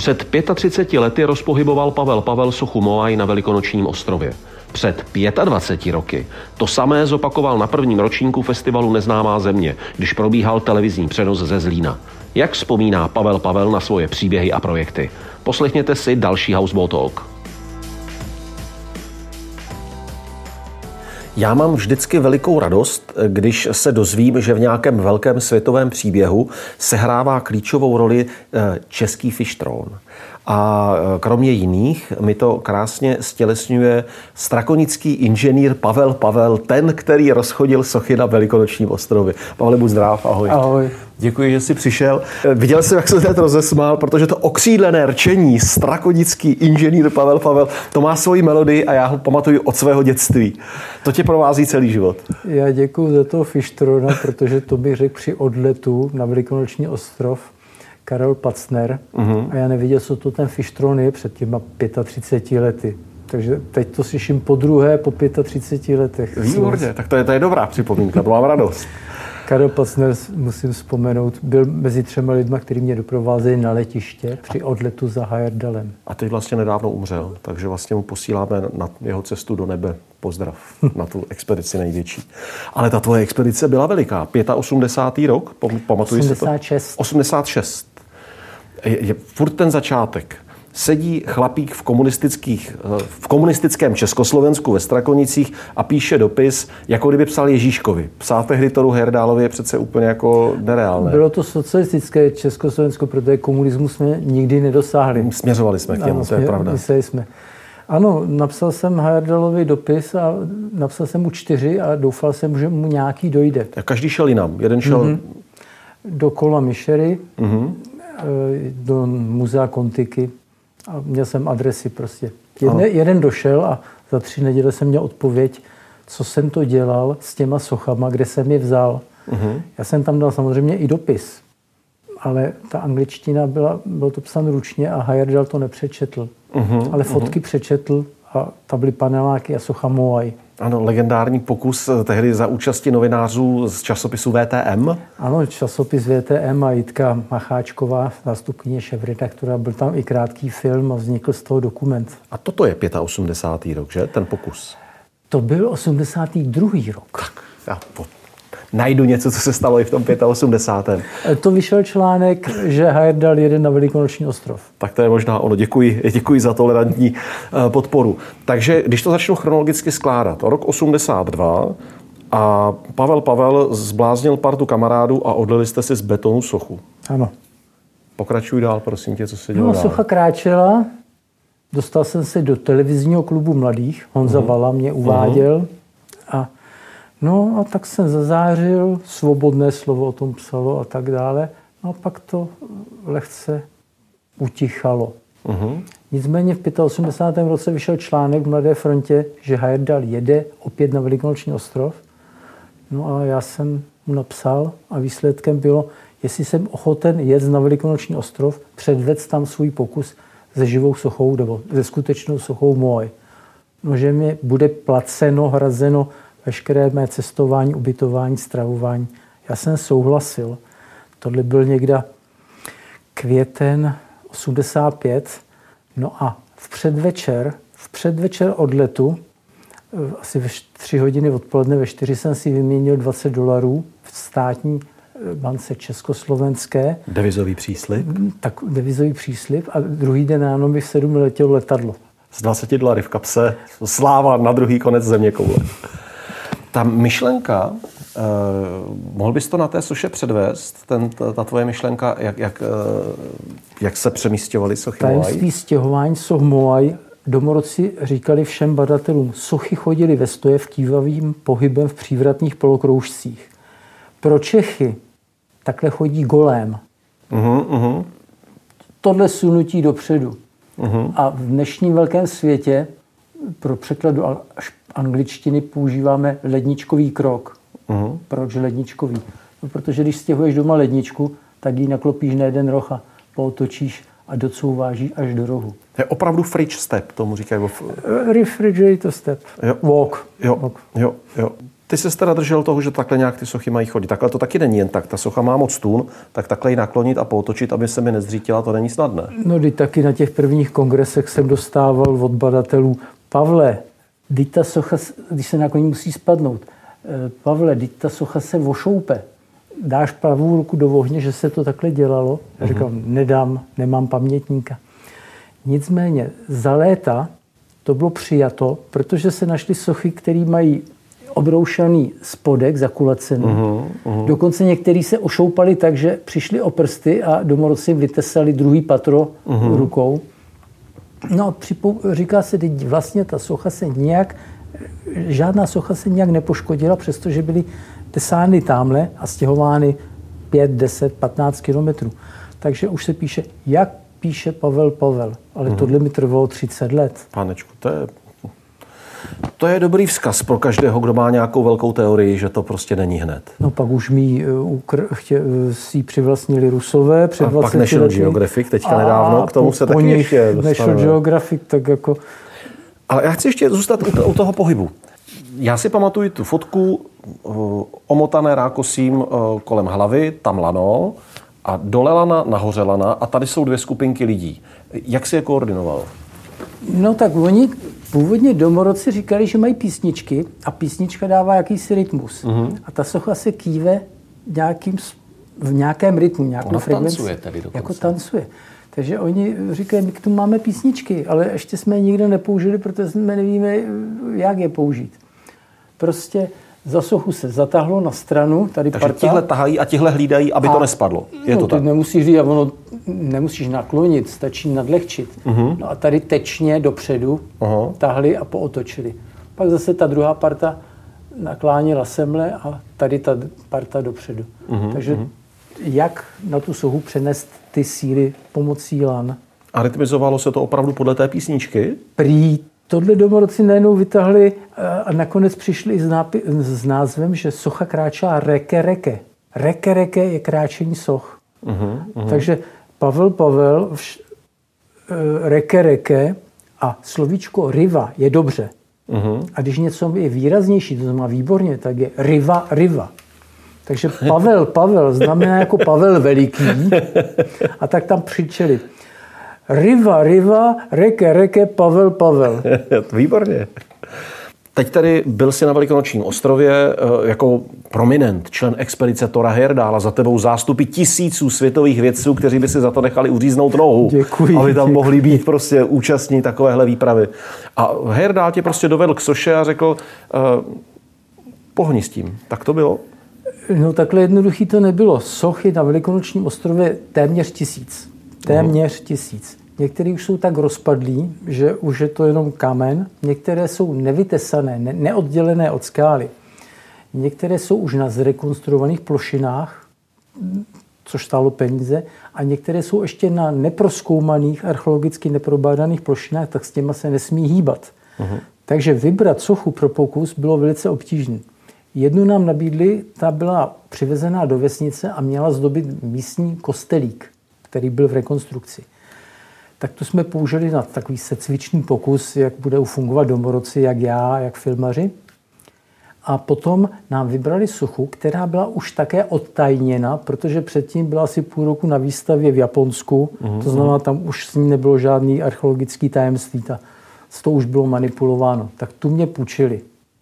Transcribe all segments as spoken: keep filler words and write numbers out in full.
Před třiceti pěti lety rozpohyboval Pavel Pavel sochu Moai na Velikonočním ostrově. Před dvaceti pěti roky to samé zopakoval na prvním ročníku festivalu Neznámá země, když probíhal televizní přenos ze Zlína. Jak vzpomíná Pavel Pavel na svoje příběhy a projekty? Poslechněte si další Houseboat Talk. Já mám vždycky velikou radost, když se dozvím, že v nějakém velkém světovém příběhu sehrává klíčovou roli český fištron. A kromě jiných mi to krásně stělesňuje strakonický inženýr Pavel Pavel, ten, který rozchodil sochy na Velikonočním ostrově. Pavle, buď zdrav, ahoj. Ahoj. Děkuji, že jsi přišel. Viděl jsem, jak se teď rozesmál, protože to okřídlené rčení, strakonický inženýr Pavel Pavel, to má svoji melodii a já ho pamatuju od svého dětství. To tě provází celý život. Já děkuji za toho fištrona, protože to bych řekl při odletu na Velikonoční ostrov Karel Pacner. Uh-huh. A já nevěděl, co to ten fištron je před těma třiceti pěti lety. Takže teď to slyším po druhé po třiceti pěti letech. Výborně, tak to je, to je dobrá připomínka, to mám radost. Karel Pacner, musím vzpomenout, byl mezi třema lidma, kteří mě doprovázeli na letiště při odletu za Heyerdalem. A teď vlastně nedávno umřel, takže vlastně mu posíláme na jeho cestu do nebe pozdrav na tu expedici největší. Ale ta tvoje expedice byla veliká. osmdesátý pátý rok, pamatuji si to? osmdesát šest. osmdesát šest. Je, je furt ten začátek. Sedí chlapík v, komunistických, v komunistickém Československu ve Strakonicích a píše dopis, jako kdyby psal Ježíškovi. Psát tehdy Toru Heyerdalovi je přece úplně jako nereálné. Bylo to socialistické Československo, protože komunismu jsme nikdy nedosáhli. Směřovali jsme k němu, ano, to je pravda. Mysleli jsme. Ano, napsal jsem Heyerdalovi dopis a napsal jsem mu čtyři a doufal jsem, že mu nějaký dojde. A každý šel jinam. Jeden šel... Mm-hmm. Do Kola Michery, mm-hmm. do muzea Kontiky. A měl jsem adresy prostě. Jedne, jeden došel a za tři neděle jsem měl odpověď, co jsem to dělal s těma sochama, kde jsem je vzal. Uh-huh. Já jsem tam dal samozřejmě i dopis, ale ta angličtina byla, bylo to psáno ručně a Heyerdal to nepřečetl. Uh-huh. Ale fotky uh-huh. přečetl a tam byly paneláky a socha Moai. Ano, legendární pokus tehdy za účasti novinářů z časopisu V T M. Ano, časopis V T M a Jitka Macháčková, zástupkyně šéfredaktora, byl tam i krátký film a vznikl z toho dokument. A toto je osmdesátý pátý rok, že? Ten pokus. To byl osmdesátý druhý rok. Tak, já po... najdu něco, co se stalo i v tom osmdesátém pátém To vyšel článek, že Heyerdal jede na Velikonoční ostrov. Tak to je možná ono. Děkuji, děkuji za tolerantní podporu. Takže když to začnu chronologicky skládat. Rok osmdesát dva a Pavel Pavel zbláznil partu kamarádů a odlili jste si z betonu sochu. Ano. Pokračuj dál, prosím tě, co se dělo no, dál. Socha kráčela. Dostal jsem se do televizního klubu mladých. Honza uh-huh. Vala mě uváděl. Uh-huh. A No a tak jsem zazářil, svobodné slovo o tom psalo a tak dále. No a pak to lehce utichalo. Uh-huh. Nicméně v osmdesátém pátém roce vyšel článek v Mladé frontě, že Heyerdal jede opět na Velikonoční ostrov. No a já jsem mu napsal a výsledkem bylo, jestli jsem ochoten jet na Velikonoční ostrov, předvést tam svůj pokus se živou sochou nebo se skutečnou sochou Moai. No, že mi bude placeno, hrazeno veškeré mé cestování, ubytování, stravování. Já jsem souhlasil. Tohle byl někde květen osmdesát pět. No a v předvečer, v předvečer odletu, asi ve tři hodiny odpoledne, ve čtyři jsem si vyměnil dvacet dolarů v státní bance československé. Devizový příslib? Tak devizový příslib a druhý den ráno mi v sedm letělo letadlo. Z dvaceti dolary v kapse, sláva na druhý konec zeměkoule. Ta myšlenka, eh, mohl bys to na té soše předvést, ten, ta, ta tvoje myšlenka, jak, jak, eh, jak se přemístěvaly sochy Moai? Tajemství stěhování soch Moai domorodci říkali všem badatelům, sochy chodily ve stojev kývavým pohybem v přívratných polokroužcích. Pro Čechy takhle chodí golém. Uh-huh, uh-huh. Tohle sunutí dopředu. Uh-huh. A v dnešním velkém světě pro překlad do angličtiny používáme ledničkový krok. Uh-huh. Proč ledničkový? No, protože když stěhuješ doma ledničku, tak ji naklopíš na jeden roh a pootočíš a docouváš až do rohu. To je opravdu fridge step, tomu říkají. Refrigerator step. Jo. Walk. Jo, Walk. jo, jo. Ty se teda držel toho, že takhle nějak ty sochy mají chodit. Takhle to taky není jen tak. Ta socha má moc tun, tak takhle ji naklonit a pootočit, aby se mi nezřítila, to není snadné. No, kdy taky na těch prvních kongresech jsem dostával od badatelů: Pavle, teď ta socha, když se nakloní, musí spadnout. Pavle, teď ta socha se ošoupe. Dáš pravou ruku do ohně, že se to takhle dělalo? Já říkám, nedám, nemám pamětníka. Nicméně za léta to bylo přijato, protože se našly sochy, které mají obroušaný spodek, zakulacený. Uh-huh, uh-huh. Dokonce některý se ošoupali tak, že přišli o prsty a domorodci vytesali druhý patro uh-huh. rukou. No a připou- říká se, teď vlastně ta socha se nějak, žádná socha se nějak nepoškodila, přestože byly tesány tamhle a stěhovány pět, deset, patnáct kilometrů. Takže už se píše, jak píše Pavel Pavel. Ale uh-huh. tohle mi trvalo třicet let. Pánečku, to je... To je dobrý vzkaz pro každého, kdo má nějakou velkou teorii, že to prostě není hned. No pak už mi ukr- chtě, si přivlastnili Rusové před dvaceti lety. A pak National Geographic teďka nedávno, k tomu po, se taky ještě dostaneme. National Geographic, tak jako... Ale já chci ještě zůstat u, u toho pohybu. Já si pamatuju tu fotku uh, omotané rákosím uh, kolem hlavy, tam lano, a dole lana, nahoře lana, a tady jsou dvě skupinky lidí. Jak si je koordinoval? No tak oni původně domorodci říkali, že mají písničky a písnička dává jakýsi rytmus. Uh-huh. A ta socha se kýve nějakým, v nějakém rytmu, nějakou Ona frekvenci. tancuje tady dokonce. Jako tancuje. Takže oni říkají, my k tomu máme písničky, ale ještě jsme je nikdo nepoužili, protože jsme nevíme, jak je použít. Prostě za sochu se zatáhlo na stranu, tady takže parta. tihle tahají a tihle hlídají, aby a, to nespadlo. Je no, to tak? Nemusíš říct, ono nemusíš naklonit, stačí nadlehčit. Uh-huh. No a tady tečně dopředu uh-huh. tahli a pootočili. Pak zase ta druhá parta naklánila semle a tady ta parta dopředu. Uh-huh. Takže uh-huh. jak na tu sochu přenést ty síly pomocí lan? A rytmizovalo se to opravdu podle té písničky? Prý tohle domorodci najednou vytahli a nakonec přišli s, nápi- s názvem, že socha kráčela reke reke. Reke reke je kráčení soch. Uh-huh, uh-huh. Takže Pavel Pavel, vš, e, reke reke a slovíčko riva je dobře. Uh-huh. A když něco je výraznější, to znamená výborně, tak je riva riva. Takže Pavel Pavel znamená jako Pavel Veliký a tak tam přičeli. Riva, riva, reke, reke, Pavel, Pavel. Výborně. Teď tady byl jsi na Velikonočním ostrově jako prominent, člen expedice Thora Heyerdahl, za tebou zástupy tisíců světových vědců, kteří by si za to nechali uříznout nohu. Děkuji. Aby tam děkuji. mohli být prostě účastní takovéhle výpravy. A Heyerdahl tě prostě dovedl k soše a řekl, uh, pohni s tím. Tak to bylo? No takhle jednoduchý to nebylo. Sochy na Velikonočním ostrově téměř tisíc. Téměř tisíc. Některé už jsou tak rozpadlí, že už je to jenom kamen. Některé jsou nevytesané, ne- neoddělené od skály. Některé jsou už na zrekonstruovaných plošinách, což stálo peníze. A některé jsou ještě na neprozkoumaných, archeologicky neprobádaných plošinách, tak s těma se nesmí hýbat. Uh-huh. Takže vybrat sochu pro pokus bylo velice obtížné. Jednu nám nabídli, ta byla přivezená do vesnice a měla zdobit místní kostelík, který byl v rekonstrukci. Tak to jsme použili na takový secvičný pokus, jak budou fungovat domorodci, jak já, jak filmaři. A potom nám vybrali sochu, která byla už také odtajněna, protože předtím byla asi půl roku na výstavě v Japonsku. Mm-hmm. To znamená, tam už s ní nebylo žádný archeologický tajemství. Ta, to už bylo manipulováno. Tak tu mě půjčili.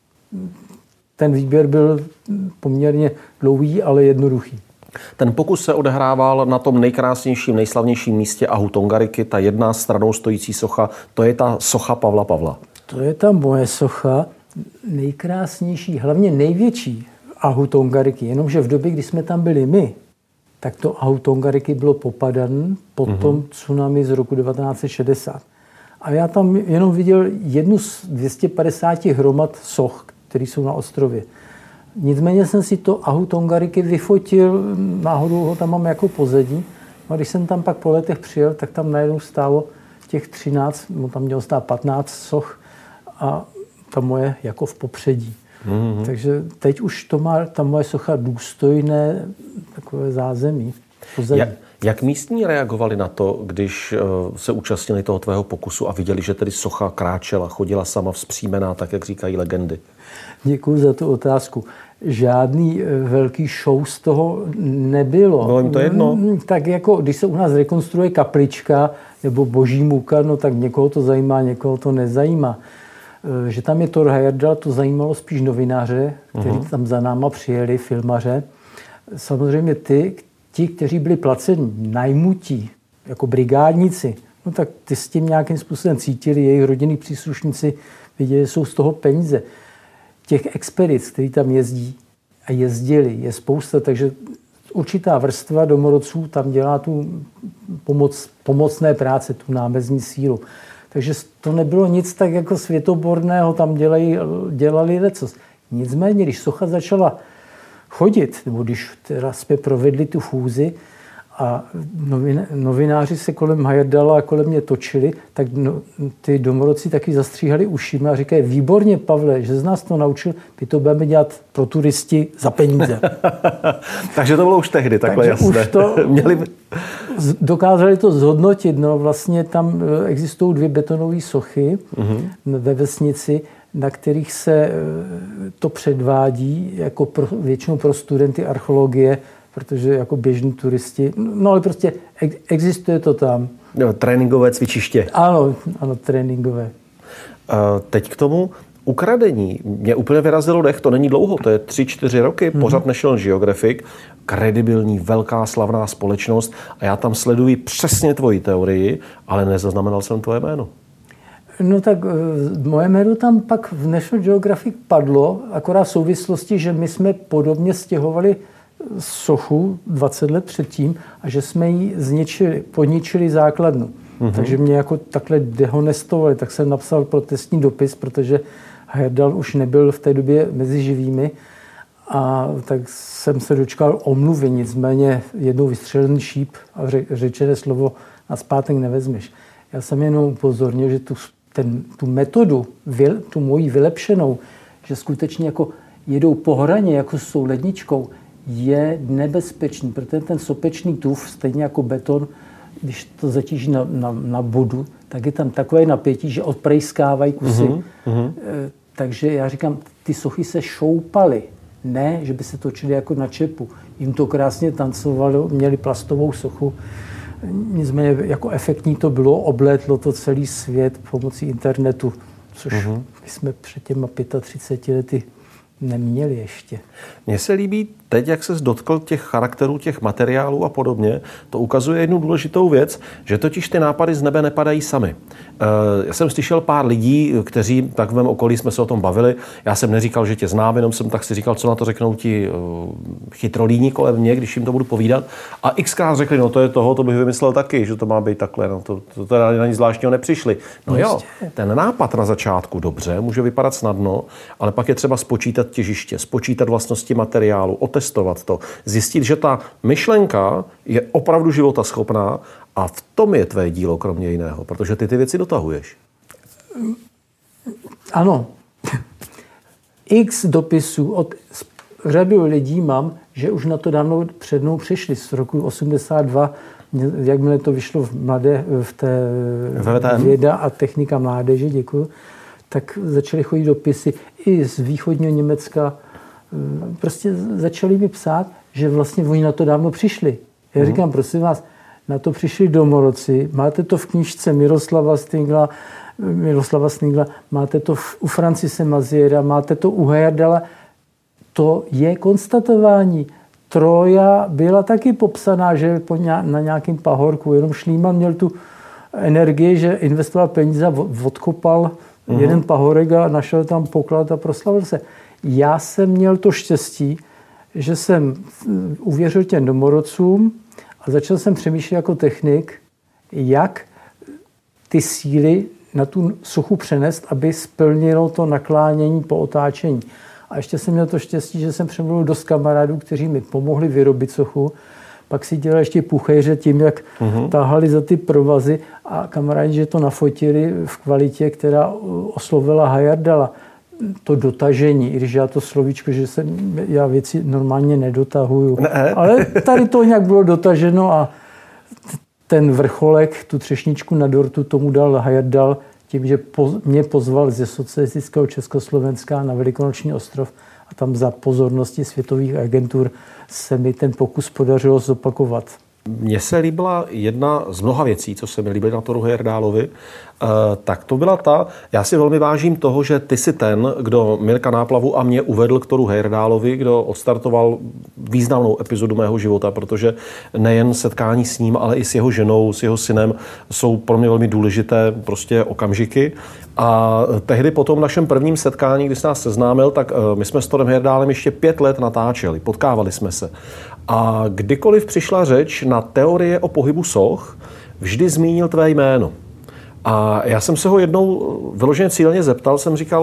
Ten výběr byl poměrně dlouhý, ale jednoduchý. Ten pokus se odehrával na tom nejkrásnějším, nejslavnějším místě Ahu Tongariky, ta jedna stranou stojící socha, to je ta socha Pavla Pavla. To je ta moje socha, nejkrásnější, hlavně největší Ahu Tongariky, jenomže v době, kdy jsme tam byli my, tak to Ahu Tongariky bylo popadané po mm-hmm. tom tsunami z roku devatenáct set šedesát. A já tam jenom viděl jednu z dvě stě padesát hromad soch, které jsou na ostrově. Nicméně jsem si to Ahu Tongariky vyfotil, náhodou ho tam mám jako pozadí. A když jsem tam pak po letech přijel, tak tam najednou stálo těch třináct, no tam mělo stát patnáct soch a ta moje jako v popředí. Mm-hmm. Takže teď už to má ta moje socha důstojné takové zázemí. pozadí. Jak, jak místní reagovali na to, když se účastnili toho tvého pokusu a viděli, že tedy socha kráčela, chodila sama vzpřímená, tak jak říkají legendy? Děkuji za tu otázku. Žádný velký show z toho nebylo. Bylo jim to jedno? Tak jako, když se u nás rekonstruuje kaplička nebo boží muka, no tak někoho to zajímá, někoho to nezajímá. Že tam je Thor Heyerdahl, to zajímalo spíš novináře, kteří uh-huh. tam za náma přijeli, filmaře. Samozřejmě ty, ti, kteří byli placeni, najmutí, jako brigádníci, no tak ty s tím nějakým způsobem cítili, jejich rodinní příslušníci viděli, že jsou z toho peníze. Těch expedic, kteří tam jezdí a jezdili, je spousta, takže určitá vrstva domorodců tam dělá tu pomoc, pomocné práce, tu námezní sílu. Takže to nebylo nic tak jako světoborného, tam dělají, dělali lecos. Nicméně, když socha začala chodit, nebo když teda jsme provedli tu fúzi a novin, novináři se kolem Heyerdahla a kolem mě točili, tak no, ty domorodci taky zastříhali ušima a říkají, výborně, Pavle, že z nás to naučil, my to budeme dělat pro turisti za peníze. Takže to bylo už tehdy, takhle Takže jasné. Už to Měli... dokázali to zhodnotit. No, vlastně tam existují dvě betonové sochy uh-huh. ve vesnici, na kterých se to předvádí jako pro, většinou pro studenty archeologie, protože jako běžní turisti, no ale prostě existuje to tam. No, tréninkové cvičiště. Ano, ano, tréninkové. Teď k tomu ukradení. Mě úplně vyrazilo dech, to není dlouho, to je tři, čtyři roky, mm-hmm. pořad National Geographic, kredibilní, velká, slavná společnost a já tam sleduji přesně tvoji teorii, ale nezaznamenal jsem tvoje jméno. No tak moje jméno tam pak v National Geographic padlo, akorát v souvislosti, že my jsme podobně stěhovali sochu dvacet let předtím a že jsme ji zničili, podničili základnu. Mm-hmm. Takže mě jako takhle dehonestovali, tak jsem napsal protestní dopis, protože Heyerdahl už nebyl v té době mezi živými a tak jsem se dočkal omluvy, nicméně jednou vystřelený šíp a řečené slovo nazpátek nevezmeš. Já jsem jenom upozornil, že tu, ten, tu metodu, tu moji vylepšenou, že skutečně jako jedou po hraně, jako s tou ledničkou, je nebezpečný, protože ten sopečný tuf, stejně jako beton, když to zatíží na, na, na bodu, tak je tam takové napětí, že odprejskávají kusy. Mm-hmm. E, takže já říkám, ty sochy se šoupaly. Ne, že by se točily jako na čepu. Jim to krásně tancovalo, měli plastovou sochu. Nicméně jako efektní to bylo, oblétlo to celý svět pomocí internetu, což mm-hmm. my jsme před těma třiceti pěti lety neměli ještě. Mně se líbí teď, jak ses dotkl těch charakterů, těch materiálů a podobně, to ukazuje jednu důležitou věc, že totiž ty nápady z nebe nepadají sami. Já jsem slyšel pár lidí, kteří, tak v mém okolí jsme se o tom bavili, já jsem neříkal, že tě znám, jenom jsem tak si říkal, co na to řeknou ti chytrolíni kolem mě, když jim to budu povídat. A xkrát řekli, no to je toho, to bych vymyslel taky, že to má být takhle, no to, to teda na nic zvláštního nepřišli. No jo, ten nápad na začátku dobře, může vypadat snadno, ale pak je třeba spočítat těžiště, spočítat vlastnosti materiálu, otestovat to, zjistit, že ta myšlenka je opravdu životaschopná a v tom je tvé dílo, kromě jiného, protože ty ty věci dotahuješ. Ano. X dopisů od řadu lidí mám, že už na to dávno před mnou přišli. Z roku osmdesát dva, jakmile to vyšlo v mladé, v té věda a technika mládeže, děkuju, tak začaly chodit dopisy i z východního Německa. Prostě začali mi psát, že vlastně oni na to dávno přišli. Já říkám, prosím vás, na to přišli domorodci, máte to v knížce Miroslava Stingla, Miroslava Stingla, máte to v, u Francise Maziera, máte to u Heyerdahla. To je konstatování. Troja byla taky popsaná, že na nějakém pahorku, jenom Schliemann měl tu energii, že investoval peníze a odkopal uh-huh. jeden pahorek a našel tam poklad a proslavil se. Já jsem měl to štěstí, že jsem uvěřil těm domorodcům a začal jsem přemýšlet jako technik, jak ty síly na tu sochu přenést, aby splnilo to naklánění po otáčení. A ještě jsem měl to štěstí, že jsem přemluvil dost kamarádů, kteří mi pomohli vyrobit sochu. Pak si dělali ještě puchejře tím, jak uh-huh. táhali za ty provazy a kamarádi, že to nafotili v kvalitě, která oslovila Heyerdahla. to dotažení, i když já to slovíčko, že jsem, já věci normálně nedotahuju, ne. Ale tady to nějak bylo dotaženo a ten vrcholek, tu třešničku na dortu tomu dal Heyerdahl tím, že poz, mě pozval ze socialistického Československa na Velikonoční ostrov a tam za pozornosti světových agentur se mi ten pokus podařilo zopakovat. Mně se líbila jedna z mnoha věcí, co se mi líbily na Thoru Heyerdahlovi, tak to byla ta, já si velmi vážím toho, že ty jsi ten, kdo Mirka Náplavu a mě uvedl k Thoru Heyerdahlovi, kdo odstartoval významnou epizodu mého života, protože nejen setkání s ním, ale i s jeho ženou, s jeho synem jsou pro mě velmi důležité prostě okamžiky. A tehdy po tom našem prvním setkání, kdy jsi nás seznámil, tak my jsme s Thorem Heyerdahlem ještě pět let natáčeli, potkávali jsme se. A kdykoliv přišla řeč na teorie o pohybu soch, vždy zmínil tvé jméno. A já jsem se ho jednou vyloženě cíleně zeptal, jsem říkal,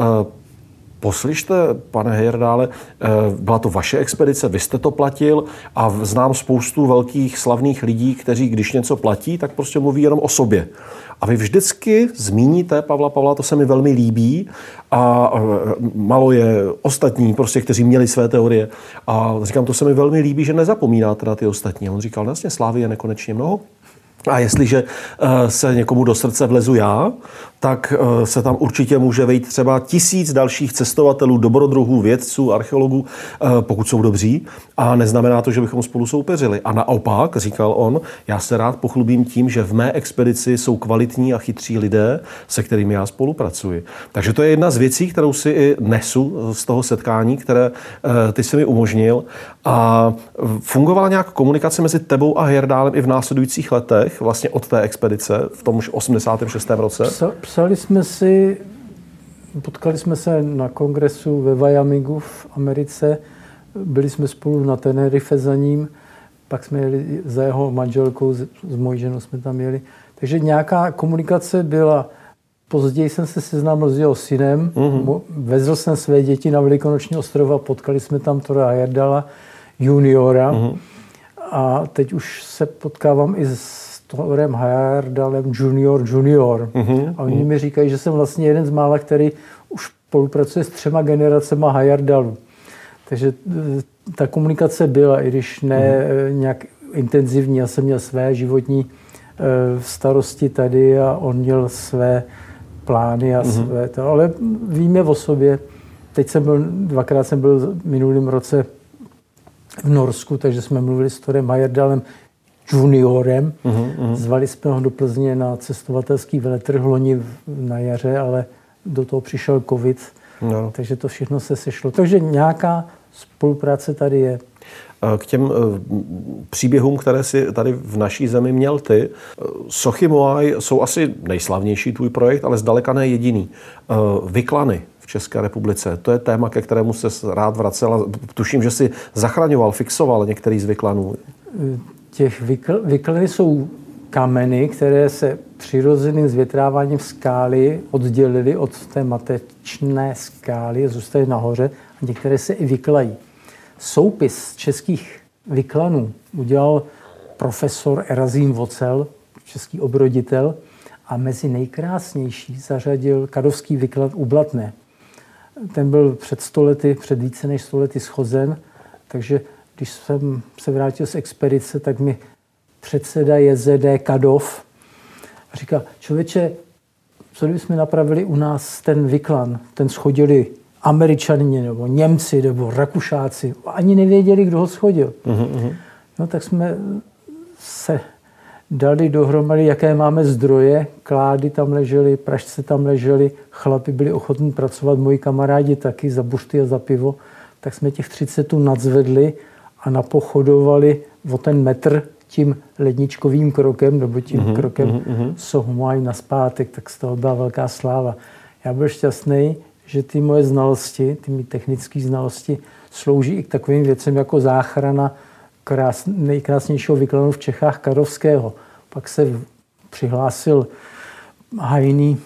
poslyšte, pane Heyerdahle, byla to vaše expedice, vy jste to platil a znám spoustu velkých slavných lidí, kteří když něco platí, tak prostě mluví jenom o sobě. A vy vždycky zmíníte Pavla Pavla, to se mi velmi líbí a malo je ostatní, prostě, kteří měli své teorie. A říkám, to se mi velmi líbí, že nezapomínáte na ty ostatní. A on říkal, vlastně slávy je nekonečně mnoho. A jestliže se někomu do srdce vlezu já, tak se tam určitě může vejít třeba tisíc dalších cestovatelů, dobrodruhů, vědců, archeologů, pokud jsou dobří. A neznamená to, že bychom spolu soupeřili. A naopak, říkal on, já se rád pochlubím tím, že v mé expedici jsou kvalitní a chytří lidé, se kterými já spolupracuji. Takže to je jedna z věcí, kterou si i nesu z toho setkání, které ty si mi umožnil. A fungovala nějak komunikace mezi tebou a Heyerdahlem i v následujících letech, vlastně od té expedice v tom už osmdesátém šestém roce? Psali jsme si, potkali jsme se na kongresu ve Wyomingu v Americe, byli jsme spolu na Tenerife za ním, pak jsme jeli za jeho manželkou, s, s mojí ženou jsme tam jeli. Takže nějaká komunikace byla. Později jsem se seznámil s jeho synem, mm-hmm. vezl jsem své děti na Velikonoční ostrov, potkali jsme tam Thora Heyerdahla juniora mm-hmm. a teď už se potkávám i s Thorem Heyerdahlem junior junior. Mm-hmm. A oni mi říkají, že jsem vlastně jeden z mála, který už spolupracuje s třema generacema Heyerdahlů. Takže ta komunikace byla, i když ne mm-hmm. nějak intenzivní. Já jsem měl své životní starosti tady a on měl své plány a mm-hmm. své to, ale víme o sobě. Teď jsem byl, dvakrát jsem byl v minulém roce v Norsku, takže jsme mluvili s Thorem Heyerdahlem juniorem. Mm-hmm. Zvali jsme ho do Plzně na cestovatelský veletrh loni na jaře, ale do toho přišel covid, no. Takže to všechno se sešlo. Takže nějaká spolupráce tady je. K těm příběhům, které si tady v naší zemi měl ty, sochy Moai jsou asi nejslavnější tvůj projekt, ale zdaleka ne jediný. Vyklany v České republice, to je téma, ke kterému se rád vracel. Tuším, že si zachraňoval, fixoval některý z vyklanů. Těch vykl, vyklany jsou kameny, které se přirozeným zvětráváním skály oddělily od té matečné skály, zůstaly nahoře a některé se i vyklají. Soupis českých vyklanů udělal profesor Erazím Vocel, český obroditel, a mezi nejkrásnější zařadil kadovský vyklan u Blatné. Ten byl před stolety, před více než stolety shozen, takže když jsem se vrátil z expedice, tak mi předseda J Z D Kadov říká, člověče, co kdybychom napravili u nás ten vyklan, ten schodili Američani nebo Němci nebo Rakušáci, ani nevěděli, kdo ho schodil. Uh-huh. No tak jsme se dali dohromady, jaké máme zdroje, klády tam ležely, pražce tam ležely, chlapi byli ochotní pracovat, moji kamarádi taky za bušty a za pivo, tak jsme těch třicet tun nadzvedli a napochodovali o ten metr tím ledničkovým krokem, nebo tím uh-huh, krokem uh-huh. Soch Moai nazpátek, tak z toho byla velká sláva. Já byl šťastný, že ty moje znalosti, ty mý technické znalosti slouží i k takovým věcem jako záchrana krás, nejkrásnějšího vyklanu v Čechách Kadovského. Pak se přihlásil Hajný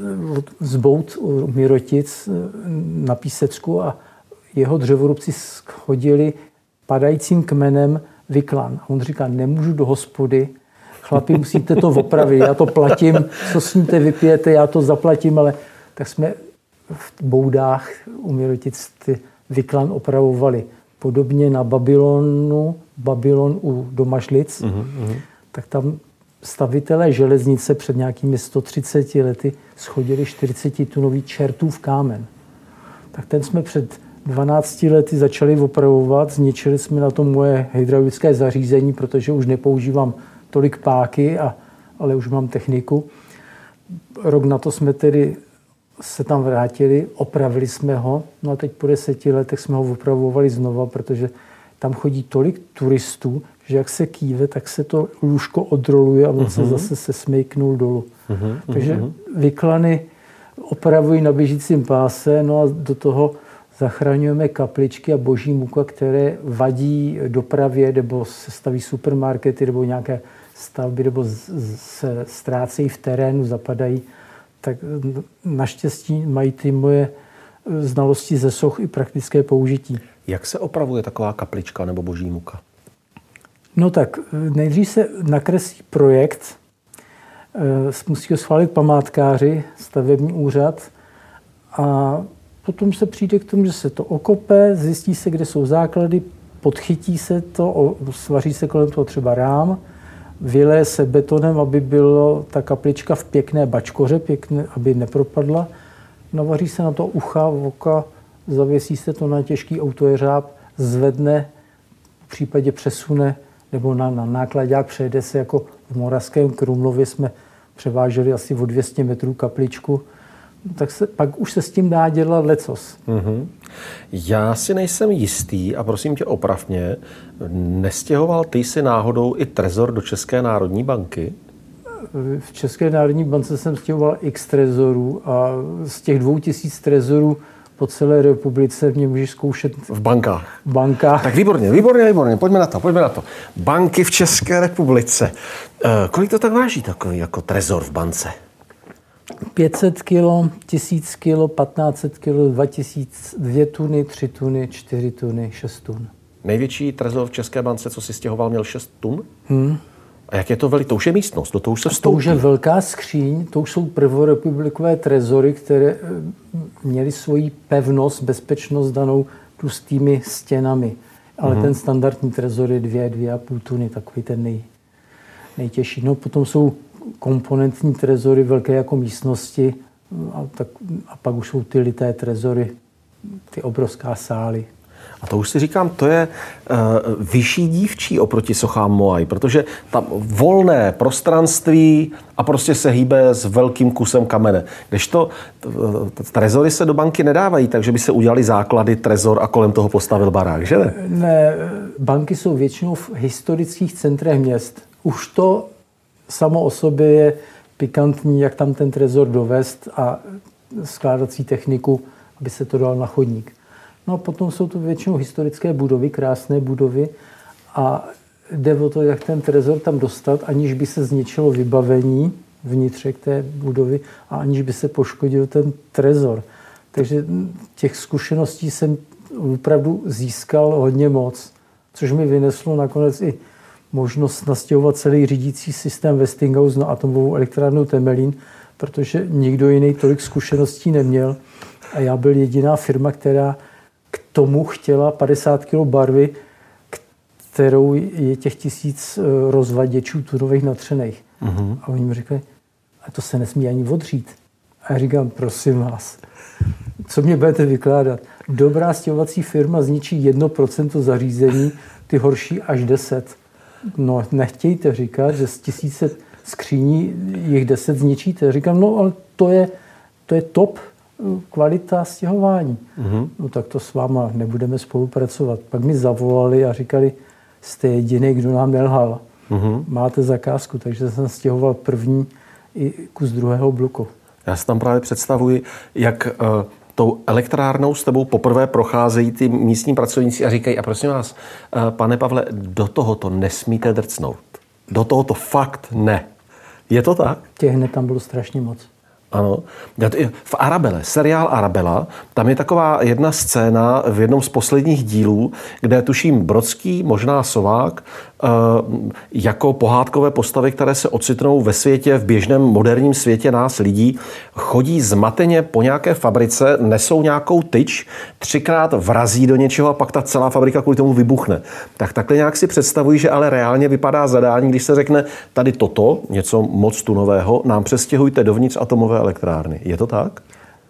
z Bout u Mirotic na Písecku a jeho dřevorubci schodili padajícím kmenem vyklan. A on říká, nemůžu do hospody, chlapi, musíte to opravit, já to platím, co sníte, vypijete, já to zaplatím, ale tak jsme v boudách u Mirotic ty Viklan opravovali. Podobně na Babylonu, Babylon u Domažlic, mm-hmm. tak tam stavitelé železnice před nějakými sto třiceti lety schodili čtyřicetitunový Čertův kámen. Tak ten jsme před dvanácti lety začali opravovat, zničili jsme na to moje hydraulické zařízení, protože už nepoužívám tolik páky, a, ale už mám techniku. Rok na to jsme tedy se tam vrátili, opravili jsme ho, no a teď po deseti letech jsme ho opravovali znova, protože tam chodí tolik turistů, že jak se kýve, tak se to lůžko odroluje a on uh-huh. se zase se smejknul dolů. Uh-huh. Takže uh-huh. Viklany opravují na běžícím páse, no a do toho zachraňujeme kapličky a boží muka, které vadí dopravě, nebo se staví supermarkety, nebo nějaké stavby, nebo se ztrácejí v terénu, zapadají. Tak naštěstí mají ty moje znalosti ze soch i praktické použití. Jak se opravuje taková kaplička nebo boží muka? No tak nejdřív se nakreslí projekt, musí ho schválit památkáři, stavební úřad, a potom se přijde k tomu, že se to okope, zjistí se, kde jsou základy, podchytí se to, svaří se kolem toho třeba rám, vyleje se betonem, aby byla ta kaplička v pěkné bačkoře, pěkné, aby nepropadla. Navaří se na to ucha, voka, zavěsí se to na těžký autojeřáb, zvedne, v případě přesune, nebo na, na nákladák přejede se, jako v Moravském Krumlově jsme převáželi asi o dvě stě metrů kapličku, tak se, pak už se s tím dá dělat lecos. Mm-hmm. Já si nejsem jistý, a prosím tě oprav mě, nestěhoval ty si náhodou i trezor do České národní banky? V České národní bance jsem stěhoval x trezorů a z těch dvou tisíc trezorů po celé republice mě můžeš zkoušet... V bankách. V bankách. Tak výborně, výborně, výborně. Pojďme na to, pojďme na to. Banky v České republice. E, kolik to tak váží takový jako trezor v bance? pět set kilo, tisíc kilo, patnáct set kilo, dva tisíce, dvě tuny, tři tuny, čtyři tuny, šest tun. Největší trezor v České bance, co si stěhoval, měl šest tun? Hmm. A jak je to veliký? To už je místnost, do toho už se vstoupí. To už je velká skříň, to už jsou prvorepublikové trezory, které měly svoji pevnost, bezpečnost danou tlustými stěnami. Ale hmm. ten standardní trezor je dvě, dvě a půl tuny, takový ten nej, nejtěžší. No potom jsou komponentní trezory velké jako místnosti a, tak, a pak už jsou ty lité trezory, ty obrovská sály. A to už si říkám, to je uh, vyšší dívčí oproti sochám Moai, protože tam volné prostranství a prostě se hýbe s velkým kusem kamene. Kdežto trezory se do banky nedávají, takže by se udělali základy, trezor a kolem toho postavil barák, že ne? Ne, banky jsou většinou v historických centrech měst. Už to samo o sobě je pikantní, jak tam ten trezor dovést a skládací techniku, aby se to dal na chodník. No a potom jsou to většinou historické budovy, krásné budovy a jde o to, jak ten trezor tam dostat, aniž by se zničilo vybavení vnitřek té budovy a aniž by se poškodil ten trezor. Takže těch zkušeností jsem opravdu získal hodně moc, což mi vyneslo nakonec i možnost nastěhovat celý řídící systém Westinghouse na atomovou elektrárnu Temelín, protože nikdo jiný tolik zkušeností neměl a já byl jediná firma, která k tomu chtěla padesát kilo barvy, kterou je těch tisíc rozvaděčů tunových natřených. Uh-huh. A oni mi řekli, a to se nesmí ani odřít. A já říkám, prosím vás, co mě budete vykládat? Dobrá stěhovací firma zničí jedno procento zařízení, ty horší až deset. No, nechtějte říkat, že z tisíce skříní jich deset zničíte. Říkám, no, ale to je, to je top kvalita stěhování. Mm-hmm. No tak to s váma nebudeme spolupracovat. Pak mi zavolali a říkali, jste jediný, kdo nám nelhal. Mm-hmm. Máte zakázku, takže jsem stěhoval první i kus druhého bloku. Já si tam právě představuji, jak uh, tou elektrárnou s tebou poprvé procházejí ty místní pracovníci a říkají, a prosím vás, uh, pane Pavle, do tohoto nesmíte drcnout. Do tohoto fakt ne. Je to tak? Těch hned tam bylo strašně moc. Ano. V Arabelle, seriál Arabella, tam je taková jedna scéna v jednom z posledních dílů, kde tuším Brodský, možná Sovák, jako pohádkové postavy, které se ocitnou ve světě, v běžném moderním světě nás lidí, chodí zmateně po nějaké fabrice, nesou nějakou tyč, třikrát vrazí do něčeho a pak ta celá fabrika kvůli tomu vybuchne. Tak takhle nějak si představuji, že ale reálně vypadá zadání, když se řekne tady toto, něco moc tunového, nám přestěhujte dovnitř atomové elektrárny. Je to tak?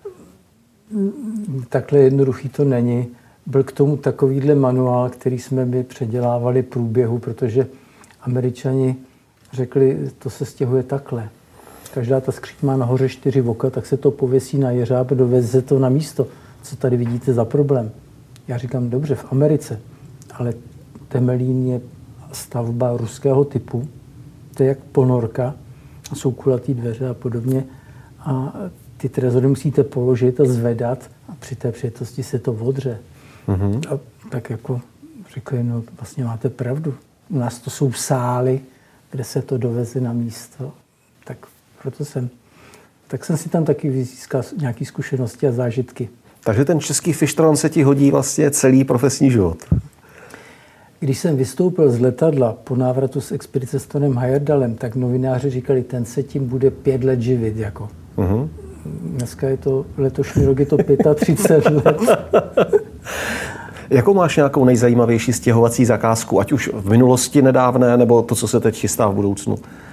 Takhle jednoduchý to není. Byl k tomu takovýhle manuál, který jsme my předělávali průběhu, protože Američani řekli, to se stěhuje takhle. Každá ta skříň má nahoře čtyři voka, tak se to pověsí na jeřáb, doveze to na místo. Co tady vidíte za problém? Já říkám, dobře, v Americe, ale Temelín je stavba ruského typu, to je jak ponorka, a jsou kulatý dveře a podobně. A ty trezory musíte položit a zvedat a při té příležitosti se to odře. Mm-hmm. A tak jako řekli, no vlastně máte pravdu. U nás to jsou sály, kde se to doveze na místo. Tak proto jsem, tak jsem si tam taky získal nějaké zkušenosti a zážitky. Takže ten český fištron se ti hodí vlastně celý profesní život. Když jsem vystoupil z letadla po návratu z expedice s Tonem Heyerdalem, tak novináři říkali, ten se tím bude pět let živit. Jako. Mm-hmm. Dneska je to, letošní rok je to třicet pět let. Jakou máš nějakou nejzajímavější stěhovací zakázku, ať už v minulosti nedávné, nebo to, co se teď chystá v budoucnu?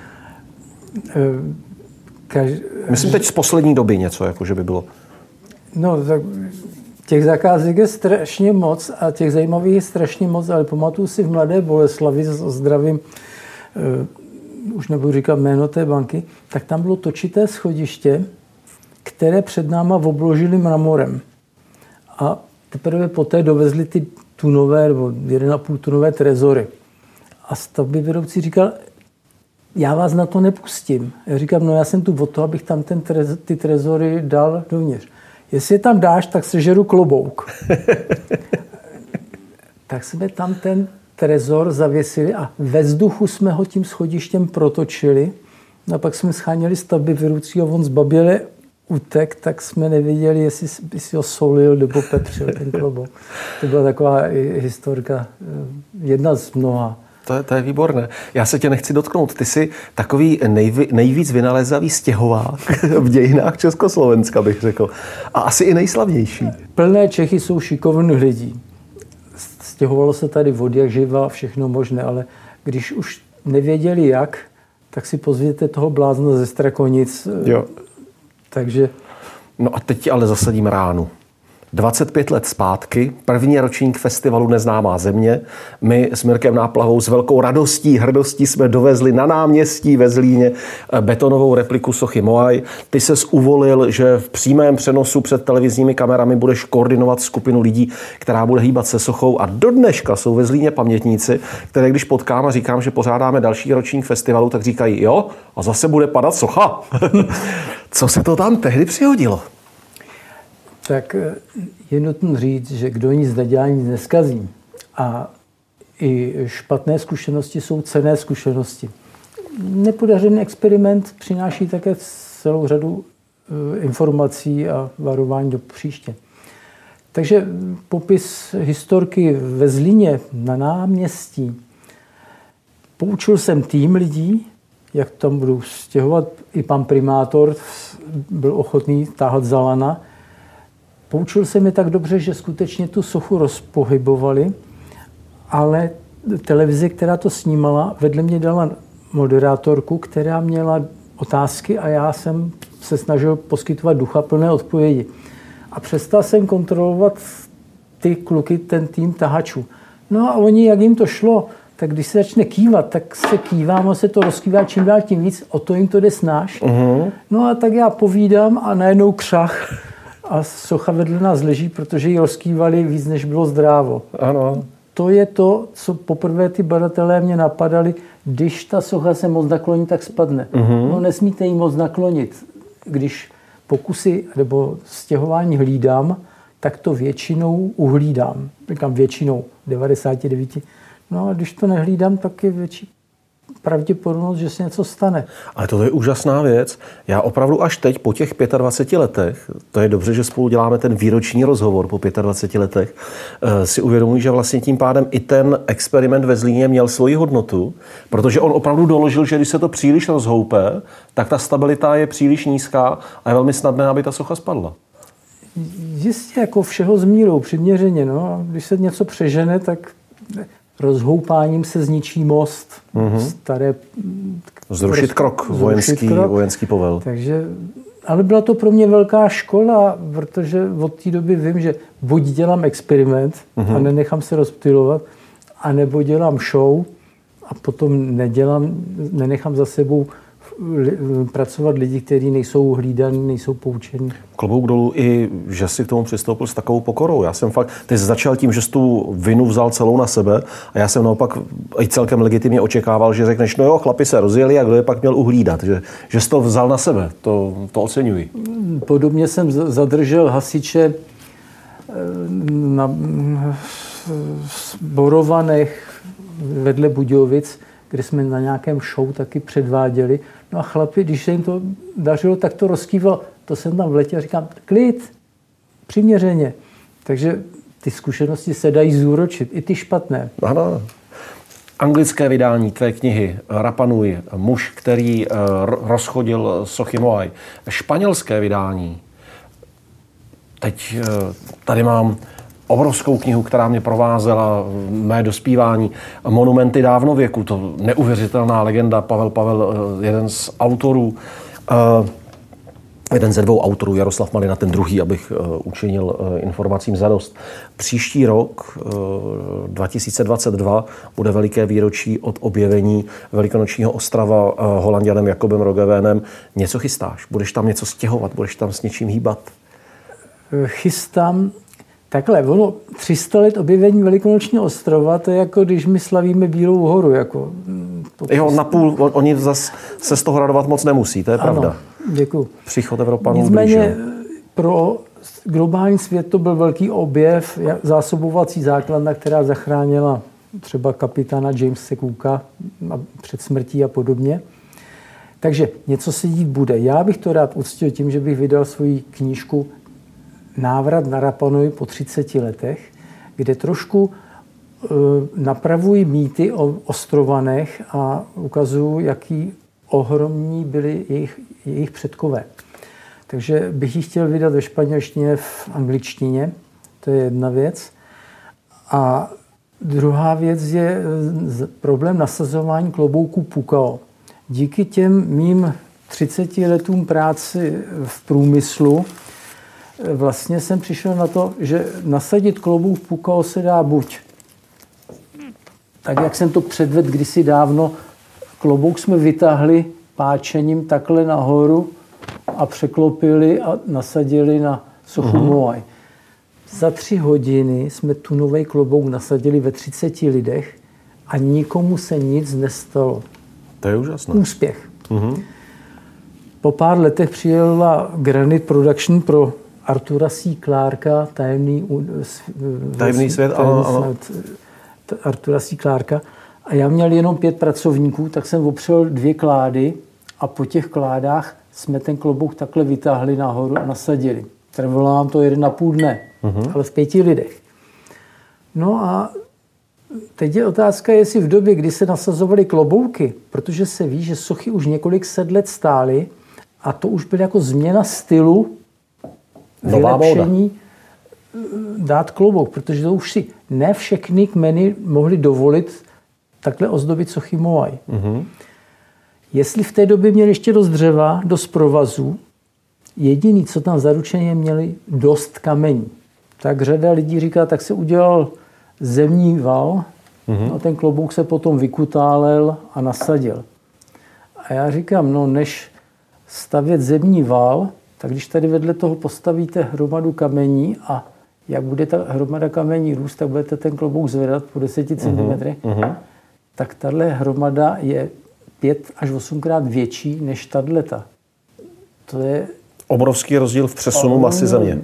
Kaž... Myslím teď z poslední doby něco, jako že by bylo. No, tak těch zakázek je strašně moc a těch zajímavých je strašně moc, ale pamatuju si v Mladé Boleslavi, zdravím, uh, už nebudu říkat jméno té banky, tak tam bylo točité schodiště, které před náma obložili mramorem. A teprve poté dovezli ty tunové, nebo jeden a půl tunové trezory. A stavbyvedoucí říkal, já vás na to nepustím. Já říkám, no já jsem tu o to, abych tam ten trez, ty trezory dal dovnitř. Jestli je tam dáš, tak sežeru klobouk. Tak jsme tam ten trezor zavěsili a ve vzduchu jsme ho tím schodištěm protočili. A pak jsme scháněli stavbyvedoucí a on zbaběle utek, tak jsme nevěděli, jestli by si ho solil nebo pepřil ten klobouk. To byla taková historka, jedna z mnoha. To je, to je výborné. Já se tě nechci dotknout. Ty jsi takový nejví, nejvíc vynalezavý stěhovák v dějinách Československa, bych řekl. A asi i nejslavnější. Plné Čechy jsou šikovných lidí. Stěhovalo se tady od jak živa, všechno možné, ale když už nevěděli jak, tak si pozvěte toho blázna ze Strakonic. Jo. Takže... No a teď ti ale zasadím ránu. dvacet pět let zpátky, první ročník festivalu Neznámá země. My s Mirkem Náplavou s velkou radostí, hrdostí jsme dovezli na náměstí ve Zlíně betonovou repliku sochy Moai. Ty ses uvolil, že v přímém přenosu před televizními kamerami budeš koordinovat skupinu lidí, která bude hýbat se sochou. A do dneška jsou ve Zlíně pamětníci, které když potkám a říkám, že pořádáme další ročník festivalu, tak říkají, jo, a zase bude padat socha. Co se to tam tehdy přihodilo? Tak je nutno říct, že kdo nic nedělá, nic neskazí. A i špatné zkušenosti jsou cenné zkušenosti. Nepodařený experiment přináší také celou řadu informací a varování do příště. Takže popis historky ve Zlíně na náměstí. Poučil jsem tým lidí, jak tam budou stěhovat. I pan primátor byl ochotný táhat za lana. Poučil jsem je tak dobře, že skutečně tu sochu rozpohybovali, ale televize, která to snímala, vedle mě dala moderátorku, která měla otázky a já jsem se snažil poskytovat duchaplné odpovědi. A přestal jsem kontrolovat ty kluky, ten tým tahačů. No a oni, jak jim to šlo, tak když se začne kývat, tak se kývám a se to rozkývá čím dál tím víc, o to jim to jde snáš. Uh-huh. No a tak já povídám a najednou křach. A socha vedle nás leží, protože ji rozkývali víc, než bylo zdrávo. Ano. To je to, co poprvé ty badatelé mě napadali. Když ta socha se moc nakloní, tak spadne. Uh-huh. No nesmíte ji moc naklonit. Když pokusy nebo stěhování hlídám, tak to většinou uhlídám. Říkám většinou, devadesát devět. No a když to nehlídám, tak je větší pravděpodobnost, že se něco stane. Ale to je úžasná věc. Já opravdu až teď, po těch dvaceti pěti letech, to je dobře, že spolu děláme ten výroční rozhovor po dvaceti pěti letech, si uvědomuji, že vlastně tím pádem i ten experiment ve Zlíně měl svoji hodnotu, protože on opravdu doložil, že když se to příliš rozhoupe, tak ta stabilita je příliš nízká a je velmi snadné, aby ta socha spadla. Jistě, jako všeho s mírou, přiměřeně. No. Když se něco přežene, tak rozhoupáním se zničí most. Mm-hmm. Staré, zrušit prostě, krok, zrušit vojenský, krok. vojenský povel. Takže, ale byla to pro mě velká škola, protože od té doby vím, že buď dělám experiment mm-hmm. a nenechám se rozptylovat, anebo dělám show a potom nedělám, nenechám za sebou pracovat lidi, kteří nejsou hlídaní, nejsou poučení. Klobouk dolů i, že si k tomu přistoupil s takovou pokorou. Já jsem fakt, ty jsi začal tím, že jsi tu vinu vzal celou na sebe a já jsem naopak i celkem legitimně očekával, že řekneš, no jo, chlapi se rozjeli a kdo je pak měl uhlídat. Že, že jsi to vzal na sebe. To, to oceňuji. Podobně jsem zadržel hasiče na Borovanech vedle Budějovic, kde jsme na nějakém show taky předváděli. No a chlapi, když se jim to dařilo, tak to rozkýval. To jsem tam vletěl a říkám, klid, přiměřeně. Takže ty zkušenosti se dají zúročit, i ty špatné. Ano. Anglické vydání tvé knihy Rapa Nui, muž, který rozchodil sochy Moai. Španělské vydání. Teď tady mám obrovskou knihu, která mě provázela mé dospívání. Monumenty dávnověku, to neuvěřitelná legenda. Pavel Pavel, jeden z autorů, jeden ze dvou autorů, Jaroslav Malina, ten druhý, abych učinil informacím zadost. Příští rok, dva tisíce dvacet dva, bude veliké výročí od objevení Velikonočního ostrova Holanďanem Jakobem Roggeveenem. Něco chystáš? Budeš tam něco stěhovat? Budeš tam s něčím hýbat? Chystám. Takhle, ono, tři sta let objevení Velikonočního ostrova, to je jako když my slavíme Bílou horu. Jako, jo, napůl, oni zase se z toho radovat moc nemusí, to je pravda. Ano, děkuji. Příchod Evropanů. Nicméně pro globální svět to byl velký objev, zásobovací základna, která zachránila třeba kapitána Jamese Cooka před smrtí a podobně. Takže něco se dít bude. Já bych to rád uctil tím, že bych vydal svoji knížku Návrat na Rapa Nui po třiceti letech, kde trošku e, napravují mýty o ostrovanech a ukazují, jaký ohromní byli jejich, jejich předkové. Takže bych ji chtěl vydat ve španělštině, v angličtině, to je jedna věc. A druhá věc je problém nasazování klobouků Pukao. Díky těm mým třiceti letům práci v průmyslu vlastně jsem přišel na to, že nasadit klobouk Pukao se dá buď tak, jak jsem to předvedl kdysi dávno, klobouk jsme vytáhli páčením takhle nahoru a překlopili a nasadili na sochu uh-huh. Moai. Za tři hodiny jsme tu nový klobouk nasadili ve třiceti lidech a nikomu se nic nestalo. To je úžasné. Úspěch. Uh-huh. Po pár letech přijela Granite Production pro Artura C. Clarka, tajemný, tajemný svět, tajemný ano, ano. svět Artura C. Clarka. A já měl jenom pět pracovníků, tak jsem opřel dvě klády a po těch kládách jsme ten klobouk takhle vytáhli nahoru a nasadili. Trvalo nám to jeden a půl dne, uh-huh. ale v pěti lidech. No a teď je otázka, jestli v době, kdy se nasazovaly klobouky, protože se ví, že sochy už několik set let stály a to už byla jako změna stylu, vylepšení, dát klobouk, protože to už si ne všechny kmeny mohly dovolit takhle ozdobit sochy Moai. Mm-hmm. Jestli v té době měli ještě dost dřeva, dost provazů, jediný, co tam zaručeně měli, dost kamení. Tak řada lidí říká, tak se udělal zemní val mm-hmm. a ten klobouk se potom vykutálel a nasadil. A já říkám, no než stavět zemní val, tak když tady vedle toho postavíte hromadu kamení a jak bude ta hromada kamení růst, tak budete ten klobouk zvedat po deseti centimetrech, uh-huh. tak tahle hromada je pět až osmkrát větší než tato. To je obrovský rozdíl v přesunu masy země.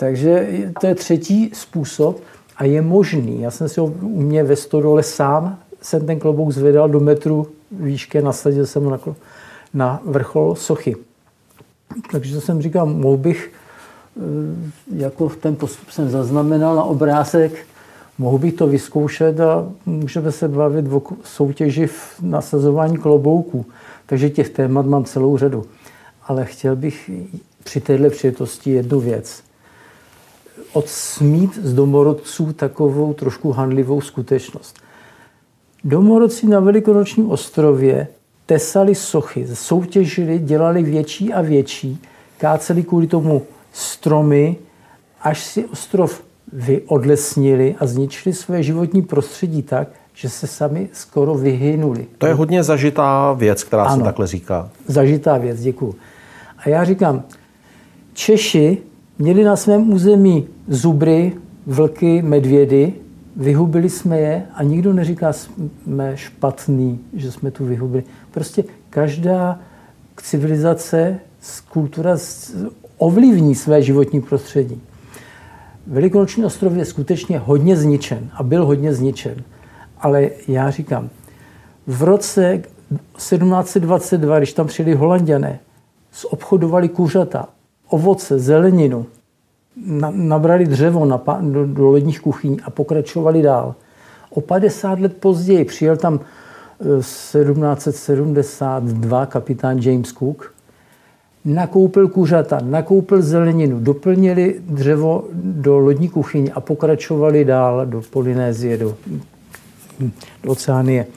Takže to je třetí způsob a je možný. Já jsem si ho u mě ve stodole sám jsem ten klobouk zvedal do metru výšky, nasadil jsem ho na, na vrchol sochy. Takže jsem říkal, mohl bych, jako ten postup jsem zaznamenal na obrázek, mohl bych to vyzkoušet a můžeme se bavit o soutěži v nasazování klobouků. Takže těch témat mám celou řadu. Ale chtěl bych při téhle příležitosti jednu věc. Odsmít z domorodců takovou trošku hanlivou skutečnost. Domorodci na Velikonočním ostrově tesali sochy, soutěžili, dělali větší a větší, káceli kvůli tomu stromy, až si ostrov vyodlesnili a zničili své životní prostředí tak, že se sami skoro vyhynuli. To je hodně zažitá věc, která ano, se takhle říká. Zažitá věc, děkuju. A já říkám, Češi měli na svém území zubry, vlky, medvědy, vyhubili jsme je a nikdo neříká, jsme špatný, že jsme tu vyhubili. Prostě každá civilizace, kultura ovlivní své životní prostředí. Velikonoční ostrov je skutečně hodně zničen a byl hodně zničen. Ale já říkám, v roce sedmnáct set dvacet dva, když tam přijeli Holanďané, obchodovali kuřata, ovoce, zeleninu, nabrali dřevo na, do, do lodních kuchyní a pokračovali dál. O padesát let později přijel tam sedmnáct set sedmdesát dva kapitán James Cook, nakoupil kuřata, nakoupil zeleninu, doplnili dřevo do lodní kuchyně a pokračovali dál do Polynézie, do, do Oceánie.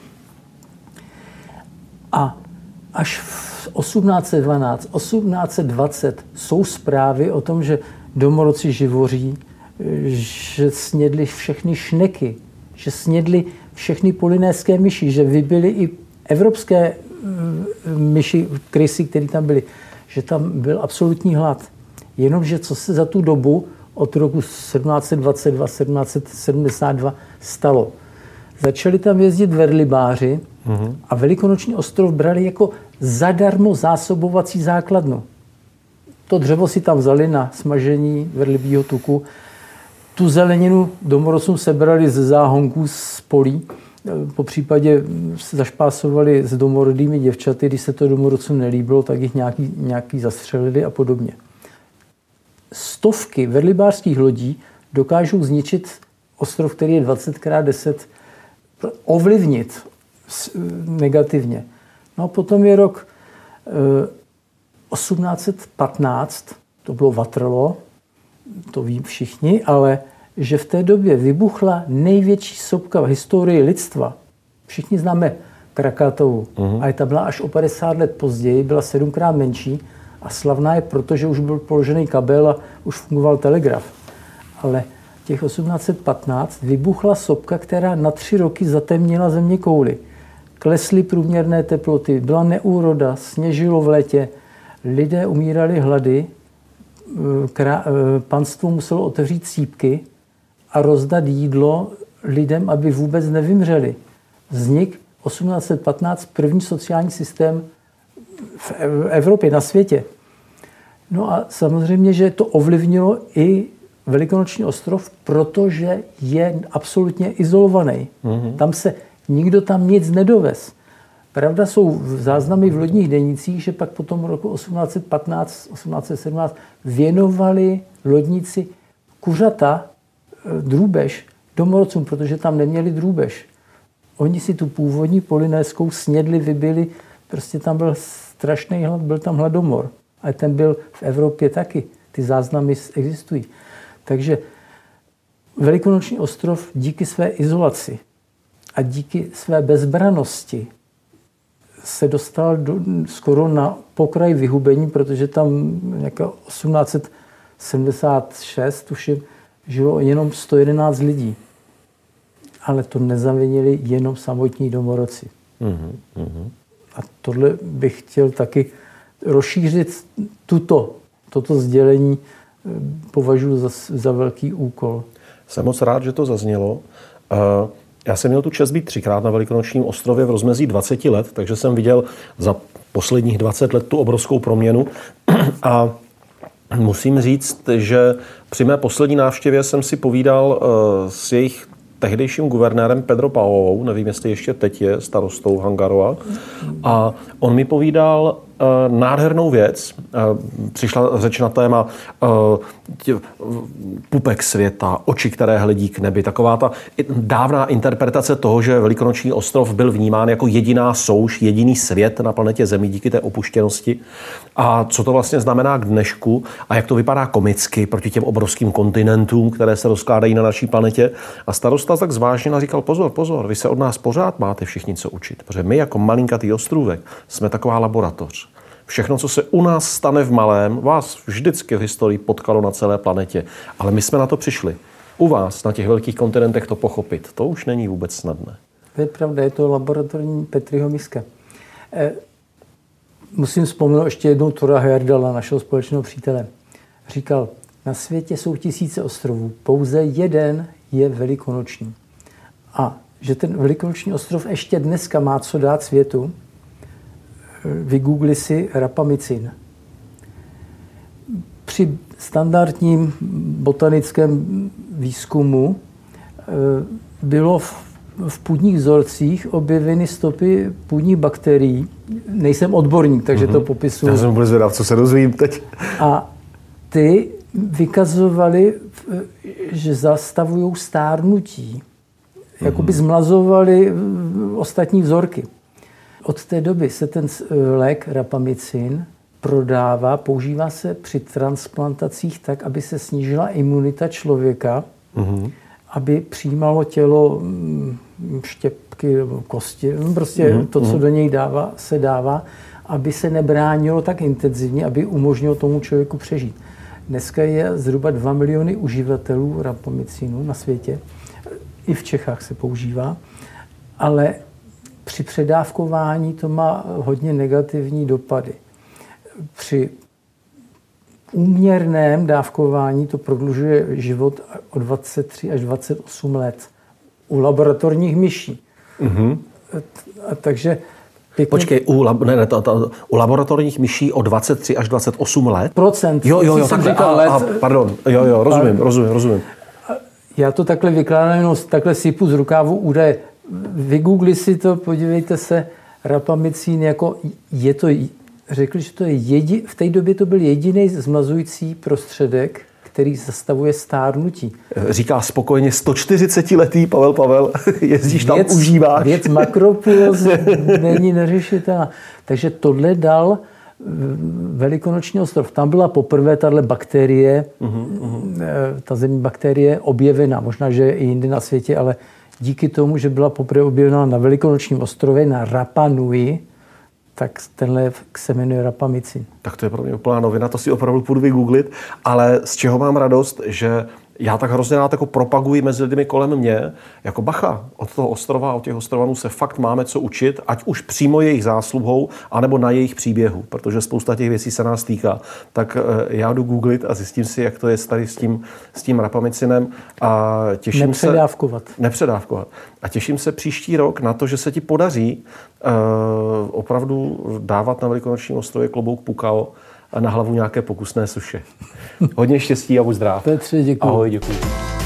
A až v osmnáct set dvanáct, osmnáct set dvacet jsou zprávy o tom, že domorodci živoří, že snědli všechny šneky, že snědli všechny polynéské myši, že vybili i evropské myši, krysy, které tam byly, že tam byl absolutní hlad. Jenomže co se za tu dobu od roku sedmnáct set dvacet dva sedmnáct set sedmdesát dva stalo. Začali tam jezdit verlibáři mm-hmm. a Velikonoční ostrov brali jako zadarmo zásobovací základnu. To dřevo si tam vzali na smažení verlibího tuku. Tu zeleninu domorodcům sebrali ze záhonků z polí. Po případě se zašpásovali s domorodými děvčaty. Když se to domorodcům nelíbilo, tak jich nějaký, nějaký zastřelili a podobně. Stovky verlibářských lodí dokážou zničit ostrov, který je dvacet krát deset, ovlivnit negativně. No a potom je rok osmnáct set patnáct, to bylo Waterloo, to ví všichni, ale že v té době vybuchla největší sopka v historii lidstva. Všichni známe Krakatovu, uh-huh. ale ta byla až o padesát let později, byla sedmkrát menší a slavná je proto, že už byl položený kabel a už fungoval telegraf. Ale těch osmnáct set patnáct vybuchla sopka, která na tři roky zatemnila zeměkouli. Klesly průměrné teploty, byla neúroda, sněžilo v létě, lidé umírali hlady, panstvo muselo otevřít cípky a rozdat jídlo lidem, aby vůbec nevymřeli. Vznik osmnáct set patnáct první sociální systém v Evropě, na světě. No a samozřejmě, že to ovlivnilo i Velikonoční ostrov, protože je absolutně izolovaný. Mm-hmm. Tam se nikdo tam nic nedovez. Pravda, jsou záznamy v lodních denících, že pak potom roku osmnáct set patnáct osmnáct set sedmnáct věnovali lodníci kuřata, drůbež, domorodcům, protože tam neměli drůbež. Oni si tu původní polynéskou snědli, vybili, prostě tam byl strašný hlad, byl tam hladomor. Ale ten byl v Evropě taky. Ty záznamy existují. Takže Velikonoční ostrov díky své izolaci a díky své bezbranosti se dostal do, skoro na pokraj vyhubení, protože tam nějaká osmnáct set sedmdesát šest, tuším, žilo jenom sto jedenáct lidí. Ale to nezavinili jenom samotní domorodci. Mm-hmm. A tohle bych chtěl taky rozšířit tuto, toto sdělení, považuji za, za velký úkol. Jsem moc rád, že to zaznělo. Já jsem měl tu čest být třikrát na Velikonočním ostrově v rozmezí dvacet let, takže jsem viděl za posledních dvacet let tu obrovskou proměnu. A musím říct, že při mé poslední návštěvě jsem si povídal s jejich tehdejším guvernérem Pedro Paulovou, nevím, jestli ještě teď je starostou Hangarova, a on mi povídal uh, nádhernou věc. Uh, přišla řeč na téma uh, tě, uh, pupek světa, oči, které hledí k nebi. Taková ta dávná interpretace toho, že Velikonoční ostrov byl vnímán jako jediná souš, jediný svět na planetě Zemi díky té opuštěnosti. A co to vlastně znamená k dnešku a jak to vypadá komicky proti těm obrovským kontinentům, které se rozkládají na naší planetě. A starosta tak zvážně a říkal, pozor, pozor, vy se od nás pořád máte všichni co učit, protože my jako malinkatý ostrůvek jsme taková laboratoř. Všechno, co se u nás stane v malém, vás vždycky v historii potkalo na celé planetě. Ale my jsme na to přišli. U vás na těch velkých kontinentech to pochopit, to už není vůbec snadné. To je pravda, je to laboratorní Petriho miska. E, musím vzpomenout ještě jednou Tora Heyerdala, našeho společného přítele. Říkal, na světě jsou tisíce ostrovů, pouze jeden je velikonoční. A že ten velikonoční ostrov ještě dneska má co dát světu, vygoogli si Rapamycin. Při standardním botanickém výzkumu bylo v, v půdních vzorcích objeveny stopy půdních bakterií. Nejsem odborník, takže mm-hmm. to popisuju. Já jsem vůbec zvědav, co se dozvím teď. A ty vykazovaly, že zastavují stárnutí. Mm-hmm. Jakoby zmlazovaly ostatní vzorky. Od té doby se ten lék Rapamycin prodává, používá se při transplantacích tak, aby se snížila imunita člověka, mm-hmm. aby přijímalo tělo štěpky, kosti, prostě mm-hmm. to, co do něj dává, se dává, aby se nebránilo tak intenzivně, aby umožnilo tomu člověku přežít. Dneska je zhruba dva miliony uživatelů Rapamycinu na světě. I v Čechách se používá, ale při předávkování to má hodně negativní dopady. Při úměrném dávkování to prodlužuje život o dvacet tři až dvacet osm let. U laboratorních myší. Mm-hmm. A takže pěkně... Počkej, u, lab, ne, ne, to, to, u laboratorních myší o dvacet tři až dvacet osm let? Procent. Jo, jo, jo, takhle, a, let. A, pardon, jo, jo, rozumím, a, rozumím, rozumím. Já to takhle vykládám, jenom takhle sypu z rukávu údaje. Vygoogli si to, podívejte se, Rapamycin, jako je to, řekli, že to je jedi, v té době to byl jediný zmlazující prostředek, který zastavuje stárnutí. Říká spokojeně stočtyřicetiletý Pavel Pavel, jezdíš tam, věc, užíváš. Věc makropylos není neřešitelná. Takže tohle dal Velikonoční ostrov. Tam byla poprvé tahle bakterie, uhum, ta zemní bakterie objevena, možná, že i jinde na světě, ale díky tomu, že byla poprvé objevena na Velikonočním ostrově, na Rapa Nui, tak tenhle se jmenuje Rapamycin. Tak to je pro mě úplná novina, to si opravdu půjdu vygooglit, ale z čeho mám radost, že já tak hrozně rád jako propaguji mezi lidmi kolem mě, jako bacha, od toho ostrova, od těch ostrovanů se fakt máme co učit, ať už přímo jejich zásluhou, anebo na jejich příběhu, protože spousta těch věcí se nás týká. Tak já jdu googlit a zjistím si, jak to je tady s tím, s tím Rapamycinem a těším nepředávkovat. se... Nepředávkovat. A těším se příští rok na to, že se ti podaří uh, opravdu dávat na Velikonočním ostrově klobouk Pukao a na hlavu nějaké pokusné suše. Hodně štěstí a buď zdrav. Petře, děkuji. Ahoj, děkuji.